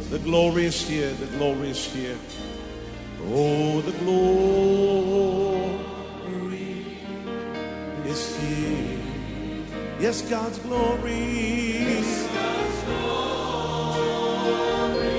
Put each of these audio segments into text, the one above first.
The glory is here. The glory is here. Oh, the glory is here. Yes, God's glory. Yes, God's glory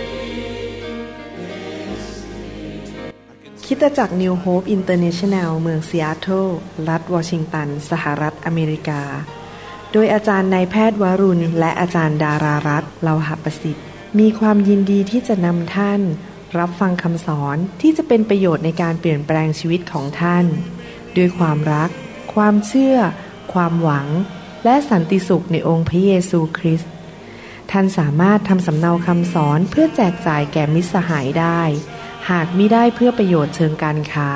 is here. คริสตจักร New Hope International เมืองซีแอตเทิลรัฐวอชิงตันสหรัฐอเมริกาโดยอาจารย์นายแพทย์วรุณและอาจารย์ดารารัตน์เลาหประสิทธิ์มีความยินดีที่จะนำท่านรับฟังคำสอนที่จะเป็นประโยชน์ในการเปลี่ยนแปลงชีวิตของท่านด้วยความรักความเชื่อความหวังและสันติสุขในองค์พระเยซูคริสต์ท่านสามารถทำสำเนาคำสอนเพื่อแจกจ่ายแก่มิตรสหายได้หากมิได้เพื่อประโยชน์เชิงการค้า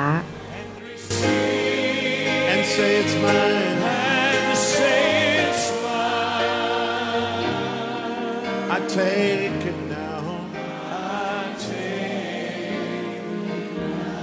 And say it's mine. And say it's mine. I take it now. I take it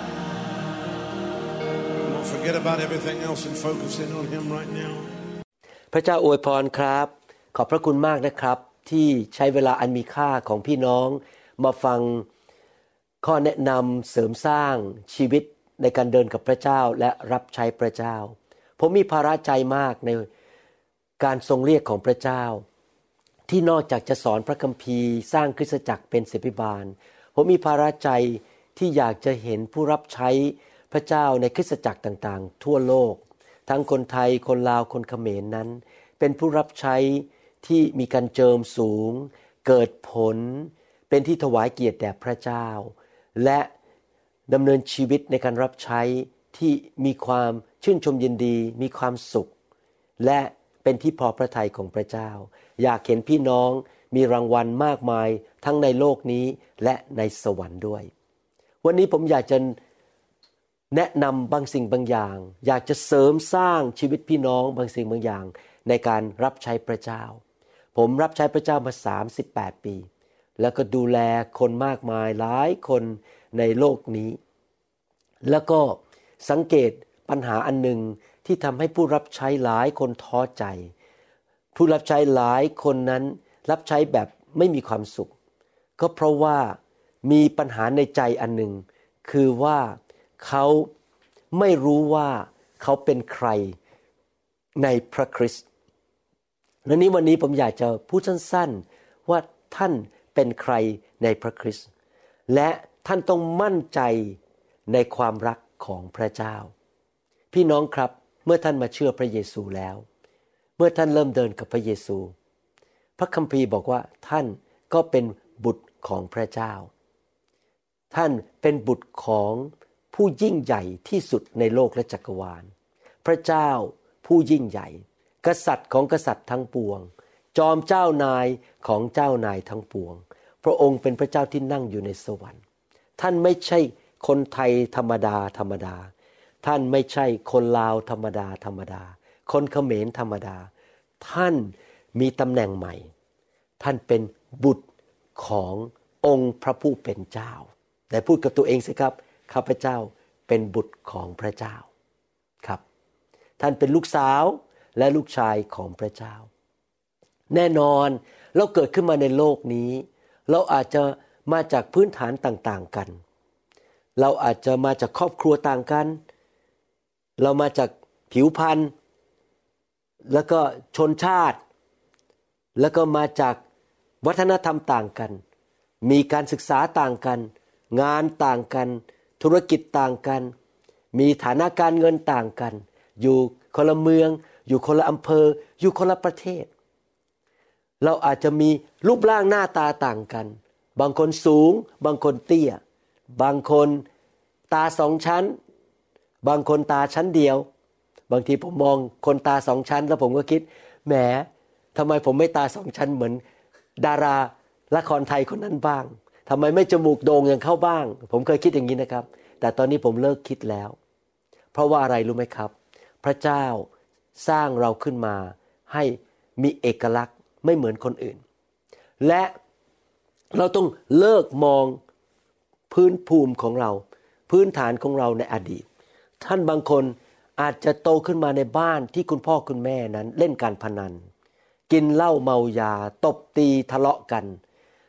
now. Don't forget about everything else and focus in on Him right now. พระเจ้าอวยพรครับขอบพระคุณมากนะครับที่ใช้เวลาอันมีค่าของพี่น้องมาฟังข้อแนะนำเสริมสร้างชีวิตในการเดินกับพระเจ้าและรับใช้พระเจ้าผมมีภาระใจมากในการทรงเรียกของพระเจ้าที่นอกจากจะสอนพระคัมภีร์สร้างคริสตจักรเป็นศิษยาภิบาลผมมีภาระใจที่อยากจะเห็นผู้รับใช้พระเจ้าในคริสตจักรต่างๆทั่วโลกทั้งคนไทยคนลาวคนเขมรนั้นเป็นผู้รับใช้ที่มีการเจิมสูงเกิดผลเป็นที่ถวายเกียรติแด่พระเจ้าและดำเนินชีวิตในการรับใช้ที่มีความชื่นชมยินดีมีความสุขและเป็นที่พอพระทัยของพระเจ้าอยากเห็นพี่น้องมีรางวัลมากมายทั้งในโลกนี้และในสวรรค์ด้วยวันนี้ผมอยากจะแนะนำบางสิ่งบางอย่างอยากจะเสริมสร้างชีวิตพี่น้องบางสิ่งบางอย่างในการรับใช้พระเจ้าผมรับใช้พระเจ้ามา38ปีแล้วก็ดูแลคนมากมายหลายคนในโลกนี้แล้วก็สังเกตปัญหาอันหนึ่งที่ทำให้ผู้รับใช้หลายคนท้อใจผู้รับใช้หลายคนนั้นรับใช้แบบไม่มีความสุขก็เพราะว่ามีปัญหาในใจอันหนึ่งคือว่าเขาไม่รู้ว่าเขาเป็นใครในพระคริสต์และนี้วันนี้ผมอยากจะพูดสั้นๆว่าท่านเป็นใครในพระคริสต์และท่านต้องมั่นใจในความรักของพระเจ้าพี่น้องครับเมื่อท่านมาเชื่อพระเยซูแล้วเมื่อท่านเริ่มเดินกับพระเยซูพระคัมภีร์บอกว่าท่านก็เป็นบุตรของพระเจ้าท่านเป็นบุตรของผู้ยิ่งใหญ่ที่สุดในโลกและจักรวาลพระเจ้าผู้ยิ่งใหญ่กษัตริย์ของกษัตริย์ทั้งปวงจอมเจ้านายของเจ้านายทั้งปวงพระองค์เป็นพระเจ้าที่นั่งอยู่ในสวรรค์ท่านไม่ใช่คนไทยธรรมดาธรรมดาท่านไม่ใช่คนลาวธรรมดาธรรมดาคนเขมรธรรมดาท่านมีตำแหน่งใหม่ท่านเป็นบุตรขององค์พระผู้เป็นเจ้าแต่พูดกับตัวเองสิครับข้าพเจ้าเป็นบุตรของพระเจ้าครับท่านเป็นลูกสาวและลูกชายของพระเจ้าแน่นอนเราเกิดขึ้นมาในโลกนี้เราอาจจะมาจากพื้นฐานต่างๆกันเราอาจจะมาจากครอบครัวต่างกันเรามาจากผิวพรรณแล้วก็ชนชาติแล้วก็มาจากวัฒนธรรมต่างกันมีการศึกษาต่างกันงานต่างกันธุรกิจต่างกันมีฐานะการเงินต่างกันอยู่คนละเมืองอยู่คนละอำเภออยู่คนละประเทศเราอาจจะมีรูปร่างหน้าตาต่างกันบางคนสูงบางคนเตี้ยบางคนตาสองชั้นบางคนตาชั้นเดียวบางทีผมมองคนตาสองชั้นแล้วผมก็คิดแหมทำไมผมไม่ตาสองชั้นเหมือนดาราละครไทยคนนั้นบ้างทำไมไม่จมูกโด่งอย่างเขาบ้างผมเคยคิดอย่างนี้นะครับแต่ตอนนี้ผมเลิกคิดแล้วเพราะว่าอะไรรู้ไหมครับพระเจ้าสร้างเราขึ้นมาให้มีเอกลักษณ์ไม่เหมือนคนอื่นและเราต้องเลิกมองพื้นภูมิของเราพื้นฐานของเราในอดีตท่านบางคนอาจจะโตขึ้นมาในบ้านที่คุณพ่อคุณแม่นั้นเล่นการพนันกินเหล้าเมายาตบตีทะเลาะกัน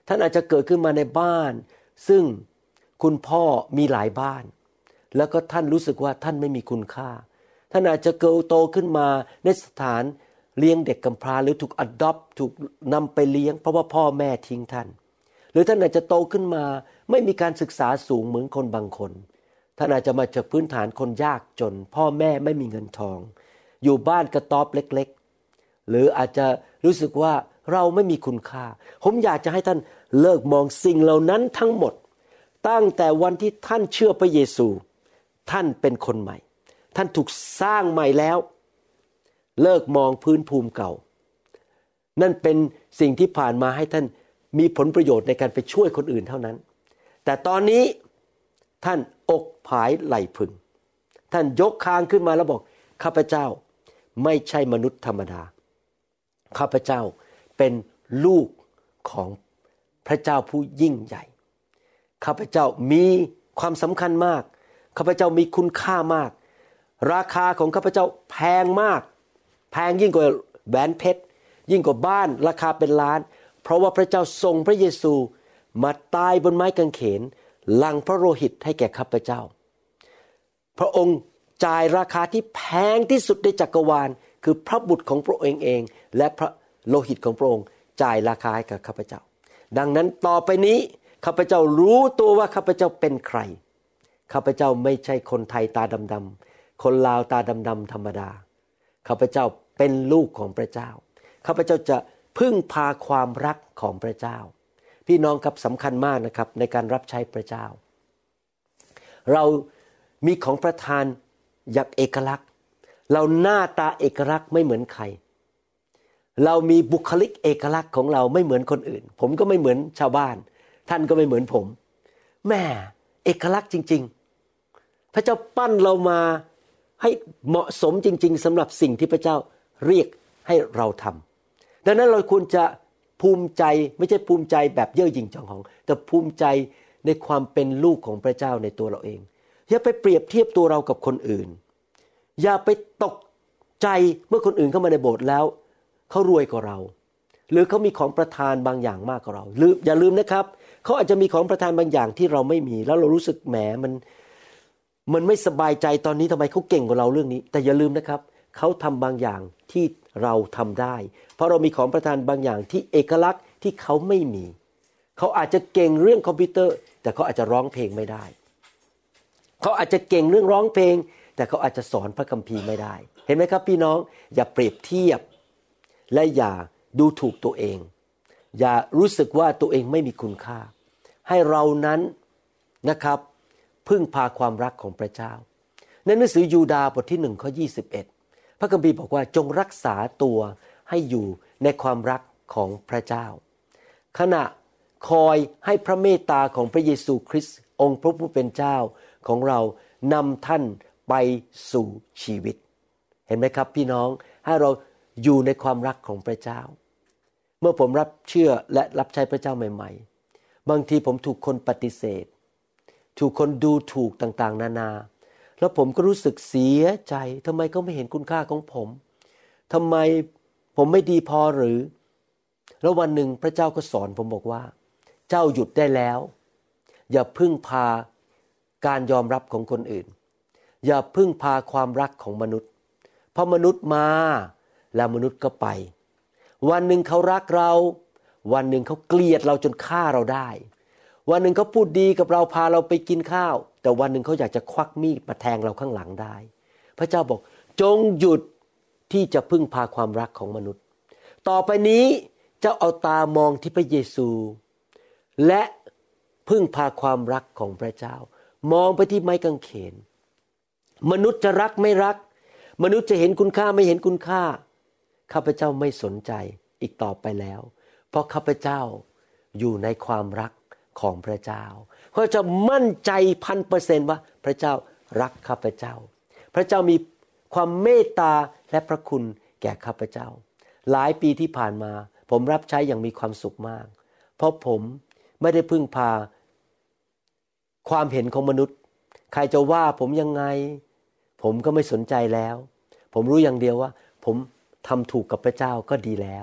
ท่านอาจจะเกิดขึ้นมาในบ้านซึ่งคุณพ่อมีหลายบ้านแล้วก็ท่านรู้สึกว่าท่านไม่มีคุณค่าท่านอาจจะโตขึ้นมาในสถานเลี้ยงเด็กกำพร้าหรือถูก adopt ถูกนำไปเลี้ยงเพราะว่าพ่อแม่ทิ้งท่านหรือท่านอาจจะโตขึ้นมาไม่มีการศึกษาสูงเหมือนคนบางคนท่านอาจจะมาจากพื้นฐานคนยากจนพ่อแม่ไม่มีเงินทองอยู่บ้านกระต๊อบเล็กๆหรืออาจจะรู้สึกว่าเราไม่มีคุณค่าผมอยากจะให้ท่านเลิกมองสิ่งเหล่านั้นทั้งหมดตั้งแต่วันที่ท่านเชื่อพระเยซูท่านเป็นคนใหม่ท่านถูกสร้างใหม่แล้วเลิกมองพื้นภูมิเก่านั่นเป็นสิ่งที่ผ่านมาให้ท่านมีผลประโยชน์ในการไปช่วยคนอื่นเท่านั้นแต่ตอนนี้ท่านอกผายไหล่พึงท่านยกคางขึ้นมาแล้วบอกข้าพเจ้าไม่ใช่มนุษย์ธรรมดาข้าพเจ้าเป็นลูกของพระเจ้าผู้ยิ่งใหญ่ข้าพเจ้ามีความสำคัญมากข้าพเจ้ามีคุณค่ามากราคาของข้าพเจ้าแพงมากแพงยิ่งกว่าแหวนเพชรยิ่งกว่าบ้านราคาเป็นล้านเพราะว่าพระเจ้าส่งพระเยซูมาตายบนไม้กางเขนหลั่งพระโลหิตให้แก่ข้าพเจ้าพระองค์จ่ายราคาที่แพงที่สุดในจักรวาลคือพระบุตรของพระองค์เองและพระโลหิตของพระองค์จ่ายราคาให้กับข้าพเจ้าดังนั้นต่อไปนี้ข้าพเจ้ารู้ตัวว่าข้าพเจ้าเป็นใครข้าพเจ้าไม่ใช่คนไทยตาดำๆคนลาวตาดำๆธรรมดาข้าพเจ้าเป็นลูกของพระเจ้าข้าพเจ้าจะพึ่งพาความรักของพระเจ้าพี่น้องครับสำคัญมากนะครับในการรับใช้พระเจ้าเรามีของประทานอย่างเอกลักษณ์เราหน้าตาเอกลักษณ์ไม่เหมือนใครเรามีบุคลิกเอกลักษณ์ของเราไม่เหมือนคนอื่นผมก็ไม่เหมือนชาวบ้านท่านก็ไม่เหมือนผมแม่เอกลักษณ์จริงๆพระเจ้าปั้นเรามาให้เหมาะสมจริงๆสำหรับสิ่งที่พระเจ้าเรียกให้เราทำดังนั้นเราควรจะภูมิใจไม่ใช่ภูมิใจแบบเย่อหยิ่งจองหองแต่ภูมิใจในความเป็นลูกของพระเจ้าในตัวเราเองอย่าไปเปรียบเทียบตัวเรากับคนอื่นอย่าไปตกใจเมื่อคนอื่นเข้ามาในโบสถ์แล้วเขารวยกว่าเราหรือเขามีของประทานบางอย่างมากกว่าเราหรืออย่าลืมนะครับเขาอาจจะมีของประทานบางอย่างที่เราไม่มีแล้วเรารู้สึกแหมมันไม่สบายใจตอนนี้ทำไมเขาเก่งกว่าเราเรื่องนี้แต่อย่าลืมนะครับเขาทำบางอย่างที่เราทำได้เพราะเรามีของประทานบางอย่างที่เอกลักษณ์ที่เขาไม่มีเขาอาจจะเก่งเรื่องคอมพิวเตอร์แต่เขาอาจจะร้องเพลงไม่ได้เขาอาจจะเก่งเรื่องร้องเพลงแต่เขาอาจจะสอนพระคัมภีร์ไม่ได้เห็นไหมครับพี่น้องอย่าเปรียบเทียบและอย่าดูถูกตัวเองอย่ารู้สึกว่าตัวเองไม่มีคุณค่าให้เรานั้นนะครับพึ่งพาความรักของพระเจ้าในหนังสือยูดาห์บทที่1ข้อ21พระคัมภีร์บอกว่าจงรักษาตัวให้อยู่ในความรักของพระเจ้าขณะคอยให้พระเมตตาของพระเยซูคริสต์องค์พระผู้เป็นเจ้าของเรานำท่านไปสู่ชีวิตเห็นไหมครับพี่น้องให้เราอยู่ในความรักของพระเจ้าเมื่อผมรับเชื่อและรับใช้พระเจ้าใหม่ๆบางทีผมถูกคนปฏิเสธถูกคนดูถูกต่างๆนานาแล้วผมก็รู้สึกเสียใจทำไมเขาไม่เห็นคุณค่าของผมทำไมผมไม่ดีพอหรือแล้ววันหนึ่งพระเจ้าก็สอนผมบอกว่าเจ้าหยุดได้แล้วอย่าพึ่งพาการยอมรับของคนอื่นอย่าพึ่งพาความรักของมนุษย์เพราะมนุษย์มาแล้วมนุษย์ก็ไปวันหนึ่งเขารักเราวันหนึ่งเขาเกลียดเราจนฆ่าเราได้วันหนึ่งเขาพูดดีกับเราพาเราไปกินข้าวแต่วันหนึ่งเขาอยากจะควักมีดมาแทงเราข้างหลังได้พระเจ้าบอกจงหยุดที่จะพึ่งพาความรักของมนุษย์ต่อไปนี้เจ้าเอาตามองที่พระเยซูและพึ่งพาความรักของพระเจ้ามองไปที่ไม้กางเขนมนุษย์จะรักไม่รักมนุษย์จะเห็นคุณค่าไม่เห็นคุณค่าข้าพเจ้าไม่สนใจอีกต่อไปแล้วเพราะข้าพเจ้าอยู่ในความรักของพระเจ้าเขาจะมั่นใจ 1,000% ว่าพระเจ้ารักข้าพเจ้าพระเจ้ามีความเมตตาและพระคุณแก่ข้าพเจ้าหลายปีที่ผ่านมาผมรับใช้อย่างมีความสุขมากเพราะผมไม่ได้พึ่งพาความเห็นของมนุษย์ใครจะว่าผมยังไงผมก็ไม่สนใจแล้วผมรู้อย่างเดียวว่าผมทำถูกกับพระเจ้าก็ดีแล้ว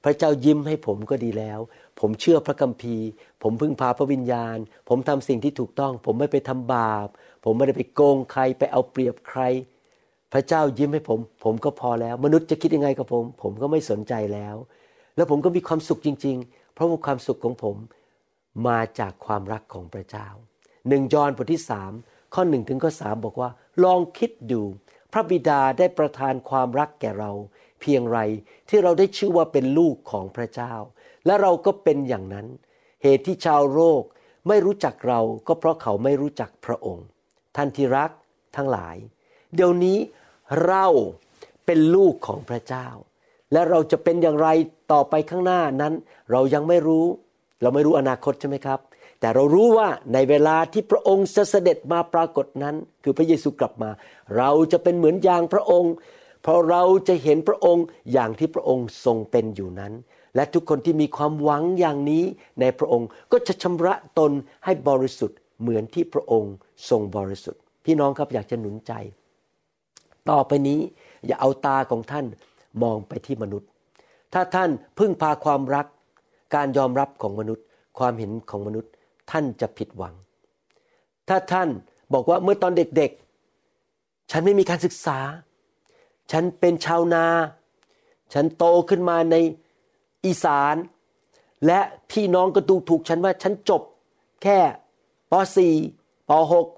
พระเจ้ายิ้มให้ผมก็ดีแล้วผมเชื่อพระคัมภีร์ผมพึ่งพาพระวิญญาณผมทำสิ่งที่ถูกต้องผมไม่ไปทำบาปผมไม่ได้ไปโกงใครไปเอาเปรียบใครพระเจ้ายิ้มให้ผมก็พอแล้วมนุษย์จะคิดยังไงกับผมก็ไม่สนใจแล้วแล้วผมก็มีความสุขจริงๆเพราะว่าความสุขของผมมาจากความรักของพระเจ้า1ยอห์นบทที่3ข้อ1ถึงข้อ3บอกว่าลองคิดดูพระบิดาได้ประทานความรักแก่เราเพียงไรที่เราได้ชื่อว่าเป็นลูกของพระเจ้าและเราก็เป็นอย่างนั้นเหตุที่ชาวโลกไม่รู้จักเราก็เพราะเขาไม่รู้จักพระองค์ท่านที่รักทั้งหลายเดี๋ยวนี้เราเป็นลูกของพระเจ้าและเราจะเป็นอย่างไรต่อไปข้างหน้านั้นเรายังไม่รู้เราไม่รู้อนาคตใช่ไหมครับแต่เรารู้ว่าในเวลาที่พระองค์จะเสด็จมาปรากฏนั้นคือพระเยซูกลับมาเราจะเป็นเหมือนอย่างพระองค์เพราะเราจะเห็นพระองค์อย่างที่พระองค์ทรงเป็นอยู่นั้นและทุกคนที่มีความหวังอย่างนี้ในพระองค์ก็จะชำระตนให้บริสุทธิ์เหมือนที่พระองค์ทรงบริสุทธิ์พี่น้องครับอยากจะหนุนใจต่อไปนี้อย่าเอาตาของท่านมองไปที่มนุษย์ถ้าท่านพึ่งพาความรักการยอมรับของมนุษย์ความเห็นของมนุษย์ท่านจะผิดหวังถ้าท่านบอกว่าเมื่อตอนเด็กๆฉันไม่มีการศึกษาฉันเป็นชาวนาฉันโตขึ้นมาในอีสานและพี่น้องก็ดูถูกฉันว่าฉันจบแค่ป .4 ป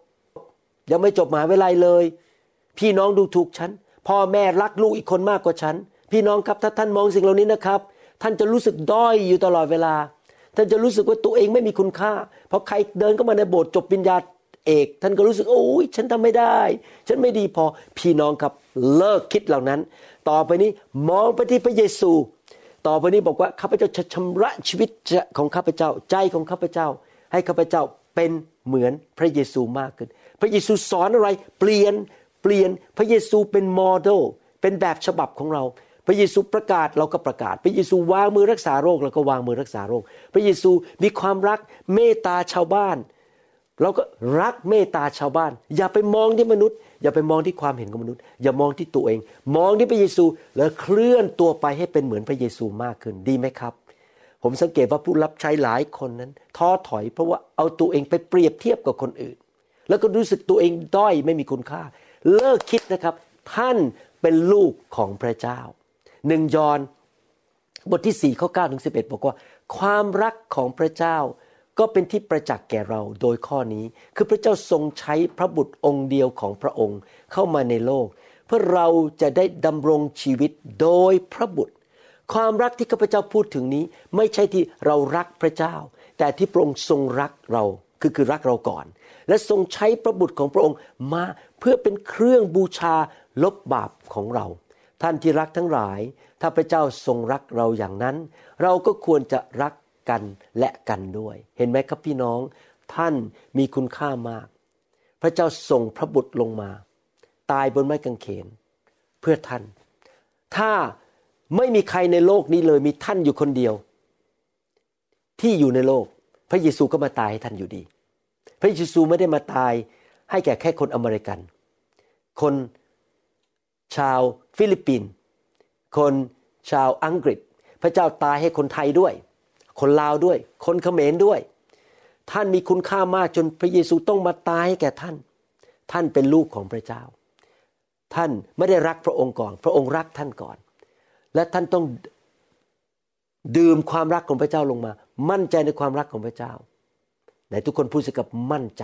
.6 ยังไม่จบมหาวิทยาลัยเลยพี่น้องดูถูกฉันพ่อแม่รักลูกอีกคนมากกว่าฉันพี่น้องครับถ้าท่านมองสิ่งเหล่านี้นะครับท่านจะรู้สึกด้อยอยู่ตลอดเวลาท่านจะรู้สึกว่าตัวเองไม่มีคุณค่าเพราะใครเดินเข้ามาในโบสถ์จบปริญญาเอกท่านก็รู้สึกโอ้ยฉันทำไม่ได้ฉันไม่ดีพอพี่น้องครับเลิกคิดเหล่านั้นต่อไปนี้มองไปที่พระเยซูต่อไปนี้บอกว่าข้าพเจ้าจะชำระชีวิตของข้าพเจ้าใจของข้าพเจ้าให้ข้าพเจ้าเป็นเหมือนพระเยซูมากขึ้นพระเยซูสอนอะไรเปลี่ยนพระเยซูเป็นโมเดลเป็นแบบฉบับของเราพระเยซูประกาศเราก็ประกาศพระเยซูวางมือรักษาโรคเราก็วางมือรักษาโรคพระเยซูมีความรักเมตตาชาวบ้านเราก็รักเมตตาชาวบ้านอย่าไปมองที่มนุษย์อย่าไปมองที่ความเห็นของมนุษย์อย่ามองที่ตัวเองมองที่พระเยซูแล้วเคลื่อนตัวไปให้เป็นเหมือนพระเยซูมากขึ้นดีไหมครับผมสังเกตว่าผู้รับใช้หลายคนนั้นท้อถอยเพราะว่าเอาตัวเองไปเปรียบเทียบกับคนอื่นแล้วก็รู้สึกตัวเองด้อยไม่มีคุณค่าเลิกคิดนะครับท่านเป็นลูกของพระเจ้า1ยอห์นบทที่4ข้อ9ถึง11บอกว่าความรักของพระเจ้าก็เป็นที่ประจักษ์แก่เราโดยข้อนี้คือพระเจ้าทรงใช้พระบุตรองค์เดียวของพระองค์เข้ามาในโลกเพื่อเราจะได้ดำรงชีวิตโดยพระบุตรความรักที่ข้าพเจ้าพูดถึงนี้ไม่ใช่ที่เรารักพระเจ้าแต่ที่พระองค์ทรงรักเราคือรักเราก่อนและทรงใช้พระบุตรของพระองค์มาเพื่อเป็นเครื่องบูชาลบบาปของเราท่านที่รักทั้งหลายถ้าพระเจ้าทรงรักเราอย่างนั้นเราก็ควรจะรักกันและกันด้วยเห็นไหมครับพี่น้องท่านมีคุณค่ามากพระเจ้าส่งพระบุตรลงมาตายบนไม้กางเขนเพื่อท่านถ้าไม่มีใครในโลกนี้เลยมีท่านอยู่คนเดียวที่อยู่ในโลกพระเยซูก็มาตายให้ท่านอยู่ดีพระเยซูไม่ได้มาตายให้แค่คนอเมริกันคนชาวฟิลิปปินส์คนชาวอังกฤษพระเจ้าตายให้คนไทยด้วยคนลาวด้วยคนเขมรด้วยท่านมีคุณค่ามากจนพระเยซูต้องมาตายให้แก่ท่านท่านเป็นลูกของพระเจ้าท่านไม่ได้รักพระองค์ก่อนพระองค์รักท่านก่อนและท่านต้องดื่มความรักของพระเจ้าลงมามั่นใจในความรักของพระเจ้าไหนทุกคนพูดสิกับมั่นใจ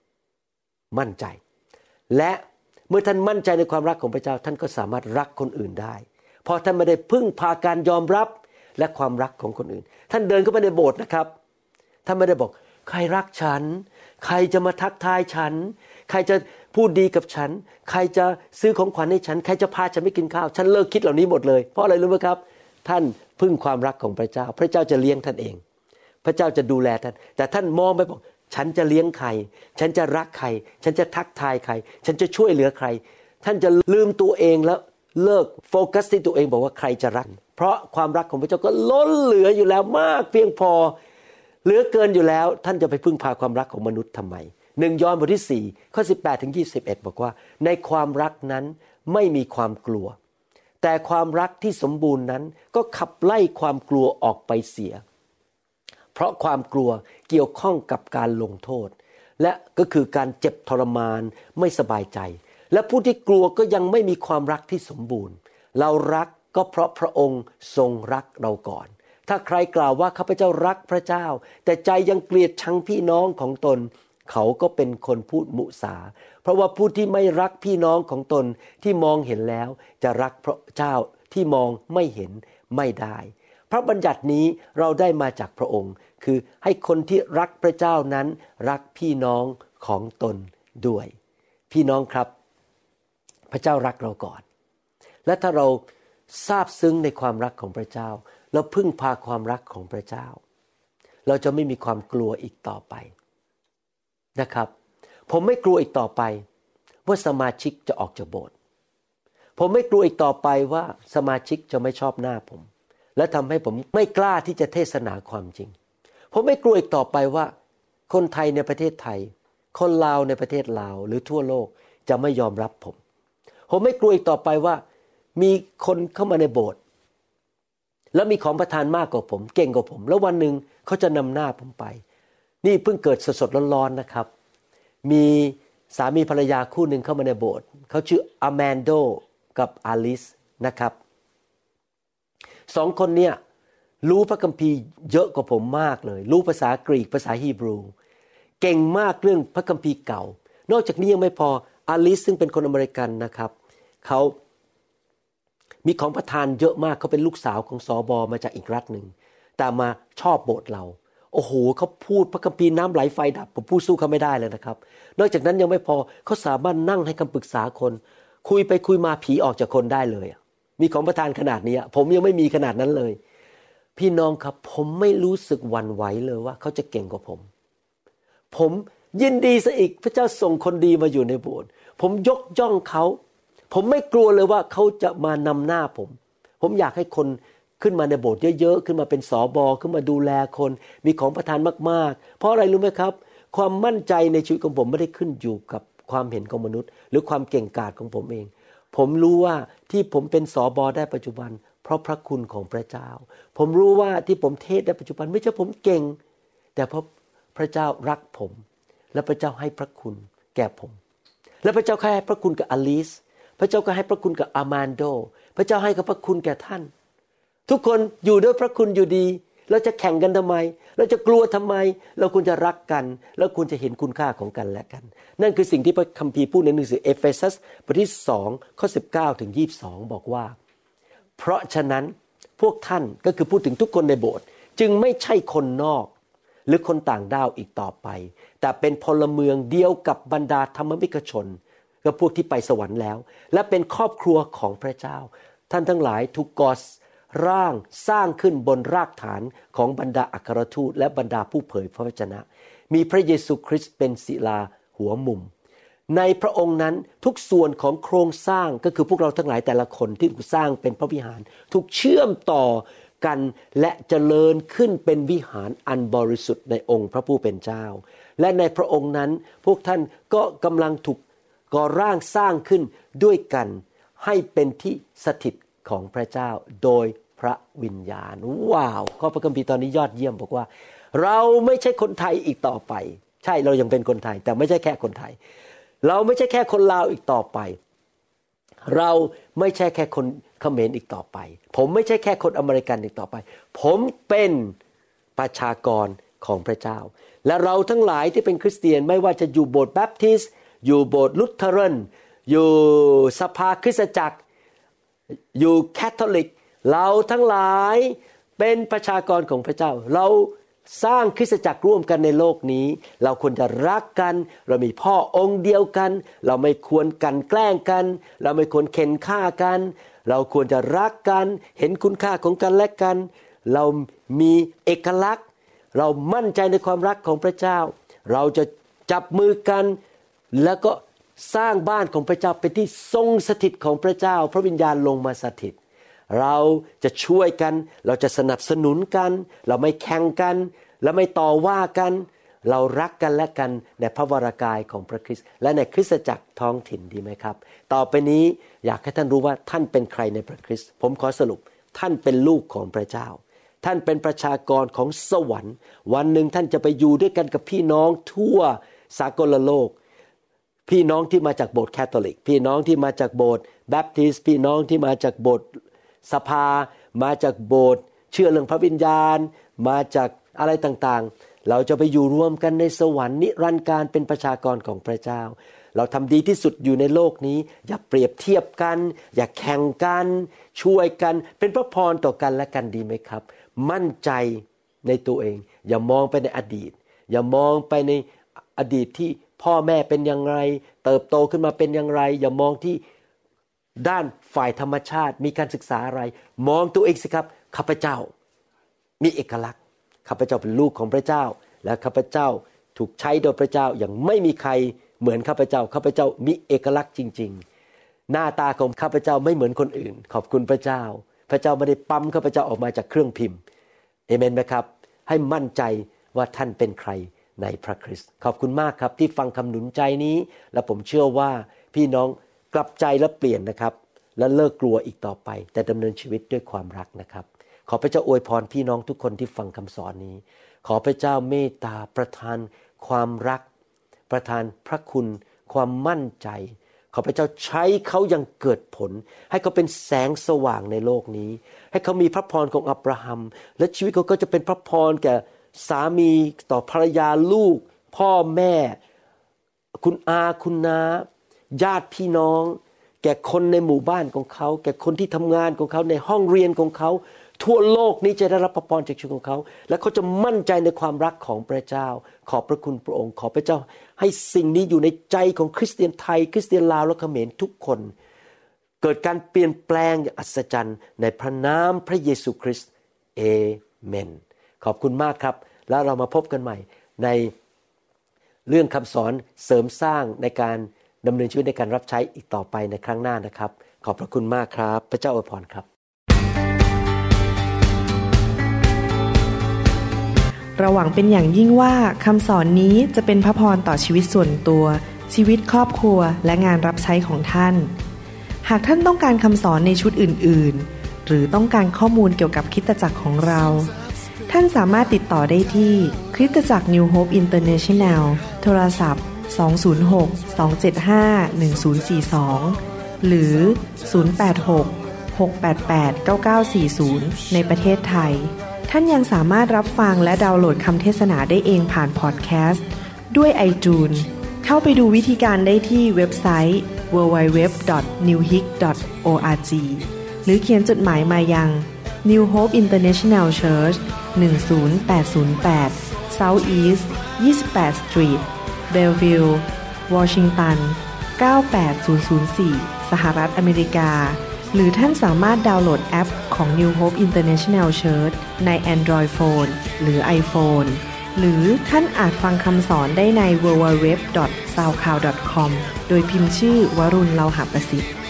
และเมื่อท่านมั่นใจในความรักของพระเจ้าท่านก็สามารถรักคนอื่นได้เพราะท่านไม่ได้พึ่งพาการยอมรับและความรักของคนอื่นท่านเดินเข้าไปในโบสถ์นะครับท่านไม่ได้บอกใครรักฉันใครจะมาทักทายฉันใครจะพูดดีกับฉันใครจะซื้อของขวัญให้ฉันใครจะพาฉันไปกินข้าวฉันเลิกคิดเหล่านี้หมดเลยเพราะอะไรรู้ไหมครับท่านพึ่งความรักของพระเจ้าพระเจ้าจะเลี้ยงท่านเองพระเจ้าจะดูแลท่านแต่ท่านมองไปบอกฉันจะเลี้ยงใครฉันจะรักใครฉันจะทักทายใครฉันจะช่วยเหลือใครท่านจะลืมตัวเองแล้วเลิกโฟกัสที่ตัวเองบอกว่าใครจะรักเพราะความรักของพระเจ้าก็ล้นเหลืออยู่แล้วมากเพียงพอเหลือเกินอยู่แล้วท่านจะไปพึ่งพาความรักของมนุษย์ทำไม1ยอห์นบทที่4ข้อ18ถึง21บอกว่าในความรักนั้นไม่มีความกลัวแต่ความรักที่สมบูรณ์นั้นก็ขับไล่ความกลัวออกไปเสียเพราะความกลัวเกี่ยวข้องกับการลงโทษและก็คือการเจ็บทรมานไม่สบายใจและผู้ที่กลัวก็ยังไม่มีความรักที่สมบูรณ์เรารักก็เพราะพระองค์ทรงรักเราก่อนถ้าใครกล่าวว่าข้าพเจ้ารักพระเจ้าแต่ใจยังเกลียดชังพี่น้องของตนเขาก็เป็นคนพูดมุสาเพราะว่าผู้ที่ไม่รักพี่น้องของตนที่มองเห็นแล้วจะรักพระเจ้าที่มองไม่เห็นไม่ได้พระบัญญัตินี้เราได้มาจากพระองค์คือให้คนที่รักพระเจ้านั้นรักพี่น้องของตนด้วยพี่น้องครับพระเจ้ารักเราก่อนและถ้าเราซาบซึ้งในความรักของพระเจ้าเราพึ่งพาความรักของพระเจ้าเราจะไม่มีความกลัวอีกต่อไปนะครับผมไม่กลัวอีกต่อไปว่าสมาชิกจะออกจากโบสถ์ผมไม่กลัวอีกต่อไปว่าสมาชิกจะไม่ชอบหน้าผมและทำให้ผมไม่กล้าที่จะเทศนาความจริงผมไม่กลัวอีกต่อไปว่าคนไทยในประเทศไทยคนลาวในประเทศลาวหรือทั่วโลกจะไม่ยอมรับผมไม่กลัวอีกต่อไปว่ามีคนเข้ามาในโบสถ์แล้วมีของประทานมากกว่าผมเก่งกว่าผมแล้ววันหนึ่งเขาจะนำหน้าผมไปนี่เพิ่งเกิดสดๆร้อนๆนะครับมีสามีภรรยาคู่หนึ่งเข้ามาในโบสถ์เขาชื่ออาแมนโดกับอาลิสนะครับสองคนเนี่ยรู้พระคัมภีร์เยอะกว่าผมมากเลยรู้ภาษากรีกภาษาฮีบรูเก่งมากเรื่องพระคัมภีร์เก่านอกจากนี้ยังไม่พออาลิสซึ่งเป็นคนอเมริกันนะครับเขามีของประทานเยอะมากเขาเป็นลูกสาวของสบมาจากอีกรัฐหนึ่งแต่มาชอบโบสถ์เราโอ้โหเขาพูดพระคัมภีร์น้ำไหลไฟดับผมพูดสู้เขาไม่ได้เลยนะครับนอกจากนั้นยังไม่พอเขาสามารถนั่งให้คำปรึกษาคนคุยไปคุยมาผีออกจากคนได้เลยมีของประทานขนาดนี้ผมยังไม่มีขนาดนั้นเลยพี่น้องครับผมไม่รู้สึกหวั่นไหวเลยว่าเขาจะเก่งกว่าผมยินดีซะอีกพระเจ้าส่งคนดีมาอยู่ในโบสถ์ผมยกย่องเขาผมไม่กลัวเลยว่าเขาจะมานำหน้าผมอยากให้คนขึ้นมาในโบสถ์เยอะๆขึ้นมาเป็นสบขึ้นมาดูแลคนมีของประทานมากๆเพราะอะไรรู้ไหมครับความมั่นใจในชีวิตของผมไม่ได้ขึ้นอยู่กับความเห็นของมนุษย์หรือความเก่งกาจของผมเองผมรู้ว่าที่ผมเป็นสบได้ปัจจุบันเพราะพระคุณของพระเจ้าผมรู้ว่าที่ผมเทศได้ปัจจุบันไม่ใช่ผมเก่งแต่เพราะพระเจ้ารักผมและพระเจ้าให้พระคุณแก่ผมและพระเจ้าให้พระคุณกับอลิสพระเจ้าก็ให้พระคุณกับอาแมนโดพระเจ้าให้กับพระคุณแก่ท่านทุกคนอยู่ด้วยพระคุณอยู่ดีเราจะแข่งกันทำไมเราจะกลัวทำไมเราควรจะรักกันแล้วควรจะเห็นคุณค่าของกันและกันนั่นคือสิ่งที่พระคัมภีร์พูดในหนังสือเอเฟซัสบทที่2ข้อ19ถึง22บอกว่าเพราะฉะนั้นพวกท่านก็คือพูดถึงทุกคนในโบสถ์จึงไม่ใช่คนนอกหรือคนต่างด้าวอีกต่อไปแต่เป็นพลเมืองเดียวกับบรรดาธรรมมิกชนกับพวกที่ไปสวรรค์แล้วและเป็นครอบครัวของพระเจ้าท่านทั้งหลายถูกก่อร่างสร้างขึ้นบนรากฐานของบรรดาอัครทูตและบรรดาผู้เผยพระวจนะมีพระเยซูคริสต์เป็นศิลาหัวมุมในพระองค์นั้นทุกส่วนของโครงสร้างก็คือพวกเราทั้งหลายแต่ละคนที่ถูกสร้างเป็นพระวิหารถูกเชื่อมต่อกันและเจริญขึ้นเป็นวิหารอันบริสุทธิ์ในองค์พระผู้เป็นเจ้าและในพระองค์นั้นพวกท่านก็กำลังถูกก่อร่างสร้างขึ้นด้วยกันให้เป็นที่สถิตของพระเจ้าโดยพระวิญญาณว้าวข้อพระคัมภีร์ตอนนี้ยอดเยี่ยมบอกว่าเราไม่ใช่คนไทยอีกต่อไปใช่เรายังเป็นคนไทยแต่ไม่ใช่แค่คนไทยเราไม่ใช่แค่คนลาวอีกต่อไปเราไม่ใช่แค่คนเขมรอีกต่อไปผมไม่ใช่แค่คนอเมริกันอีกต่อไปผมเป็นประชากรของพระเจ้าและเราทั้งหลายที่เป็นคริสเตียนไม่ว่าจะอยู่โบสถ์แบปทิสต์อยู่โบสถ์ลุเทอรันอยู่สภาคริสตจักรอยู่แคทอลิกเราทั้งหลายเป็นประชากรของพระเจ้าเราสร้างคริสตจักรร่วมกันในโลกนี้เราควรจะรักกันเรามีพ่อองค์เดียวกันเราไม่ควรกันแกล้งกันเราไม่ควรเข็นฆ่ากันเราควรจะรักกันเห็นคุณค่าของกันและกันเรามีเอกลักษณ์เรามั่นใจในความรักของพระเจ้าเราจะจับมือกันแล้วก็สร้างบ้านของพระเจ้าเป็นที่ทรงสถิตของพระเจ้าพระวิญญาณลงมาสถิตเราจะช่วยกันเราจะสนับสนุนกันเราไม่แข่งกันเราไม่ต่อว่ากันเรารักกันและกันในพระวรากายของพระคริสต์และในคริสตจักรท้องถิ่นดีไหมครับต่อไปนี้อยากให้ท่านรู้ว่าท่านเป็นใครในพระคริสต์ผมขอสรุปท่านเป็นลูกของพระเจ้าท่านเป็นประชากรของสวรรค์วันหนึ่งท่านจะไปอยู่ด้วยกันกับพี่น้องทั่วสากลโลกพี่น้องที่มาจากโบสถ์แคทอลิกพี่น้องที่มาจากโบสถ์แบปทิสต์พี่น้องที่มาจากโบสถ์สภามาจากโบสถ์เชื่อเรื่องพระวิญญาณมาจากอะไรต่างๆเราจะไปอยู่รวมกันในสวรรค์นิรันดร์การเป็นประชากรของพระเจ้าเราทำดีที่สุดอยู่ในโลกนี้อย่าเปรียบเทียบกันอย่าแข่งกันช่วยกันเป็นพระพรต่อกันและกันดีไหมครับมั่นใจในตัวเองอย่ามองไปในอดีตอย่ามองไปในอดีตที่พ่อแม่เป็นอย่างไรเติบโตขึ้นมาเป็นอย่างไรอย่ามองที่ด้านฝ่ายธรรมชาติมีการศึกษาอะไรมองตัวเองสิครับข้าพเจ้ามีเอกลักษณ์ข้าพเจ้าเป็นลูกของพระเจ้าและข้าพเจ้าถูกใช้โดยพระเจ้าอย่างไม่มีใครเหมือนข้าพเจ้าข้าพเจ้ามีเอกลักษณ์จริงๆหน้าตาของข้าพเจ้าไม่เหมือนคนอื่นขอบคุณพระเจ้าพระเจ้าไม่ได้ปั๊มข้าพเจ้าออกมาจากเครื่องพิมพ์เอเมนไหมครับให้มั่นใจว่าท่านเป็นใครในพระคริสต์ขอบคุณมากครับที่ฟังคำหนุนใจนี้และผมเชื่อว่าพี่น้องกลับใจและเปลี่ยนนะครับและเลิกกลัวอีกต่อไปแต่ดำเนินชีวิตด้วยความรักนะครับขอพระเจ้าอวยพรพี่น้องทุกคนที่ฟังคำสอนนี้ขอพระเจ้าเมตตาประทานความรักประทานพระคุณความมั่นใจขอพระเจ้าใช้เขาอย่างเกิดผลให้เขาเป็นแสงสว่างในโลกนี้ให้เขามีพระพรของอับราฮัมและชีวิตเขาก็จะเป็นพระพรแก่สามีต่อภรรยาลูกพ่อแม่คุณอาคุณน้าญาติพี่น้องแก่คนในหมู่บ้านของเขาแก่คนที่ทำงานของเขาในห้องเรียนของเขาทั่วโลกนี้จะได้รับพระพรจากชีวิตของเขาและเขาจะมั่นใจในความรักของพระเจ้าขอบพระคุณพระองค์ขอพระเจ้าให้สิ่งนี้อยู่ในใจของคริสเตียนไทยคริสเตียนลาวและเขมรทุกคนเกิดการเปลี่ยนแปลงอย่างอัศจรรย์ในพระนามพระเยซูคริสต์เอเมนขอบคุณมากครับแล้วเรามาพบกันใหม่ในเรื่องคำสอนเสริมสร้างในการดำเนินชีวิตในการรับใช้อีกต่อไปในครั้งหน้านะครับขอบพระคุณมากครับพระเจ้าอวยพรครับเราหวังเป็นอย่างยิ่งว่าคำสอนนี้จะเป็นพระพรต่อชีวิตส่วนตัวชีวิตครอบครัวและงานรับใช้ของท่านหากท่านต้องการคำสอนในชุดอื่นๆหรือต้องการข้อมูลเกี่ยวกับคริสตจักรของเราท่านสามารถติดต่อได้ที่คริสตจักร New Hope International โทรศัพท์206-275-1042หรือ086-688-9940ในประเทศไทยท่านยังสามารถรับฟังและดาวน์โหลดคำเทศนาได้เองผ่านพอดแคสต์ด้วย iTunes เข้าไปดูวิธีการได้ที่เว็บไซต์ www.newhope.org หรือเขียนจดหมายมายัง New Hope International Church 10808 South East 28th Street Bellevue Washington 98004 สหรัฐอเมริกาหรือท่านสามารถดาวน์โหลดแอปของ New Hope International Church ใน Android Phone หรือ iPhone หรือท่านอาจฟังคำสอนได้ใน www.soundcloud.com โดยพิมพ์ชื่อวรุณ เลาหะประสิทธิ์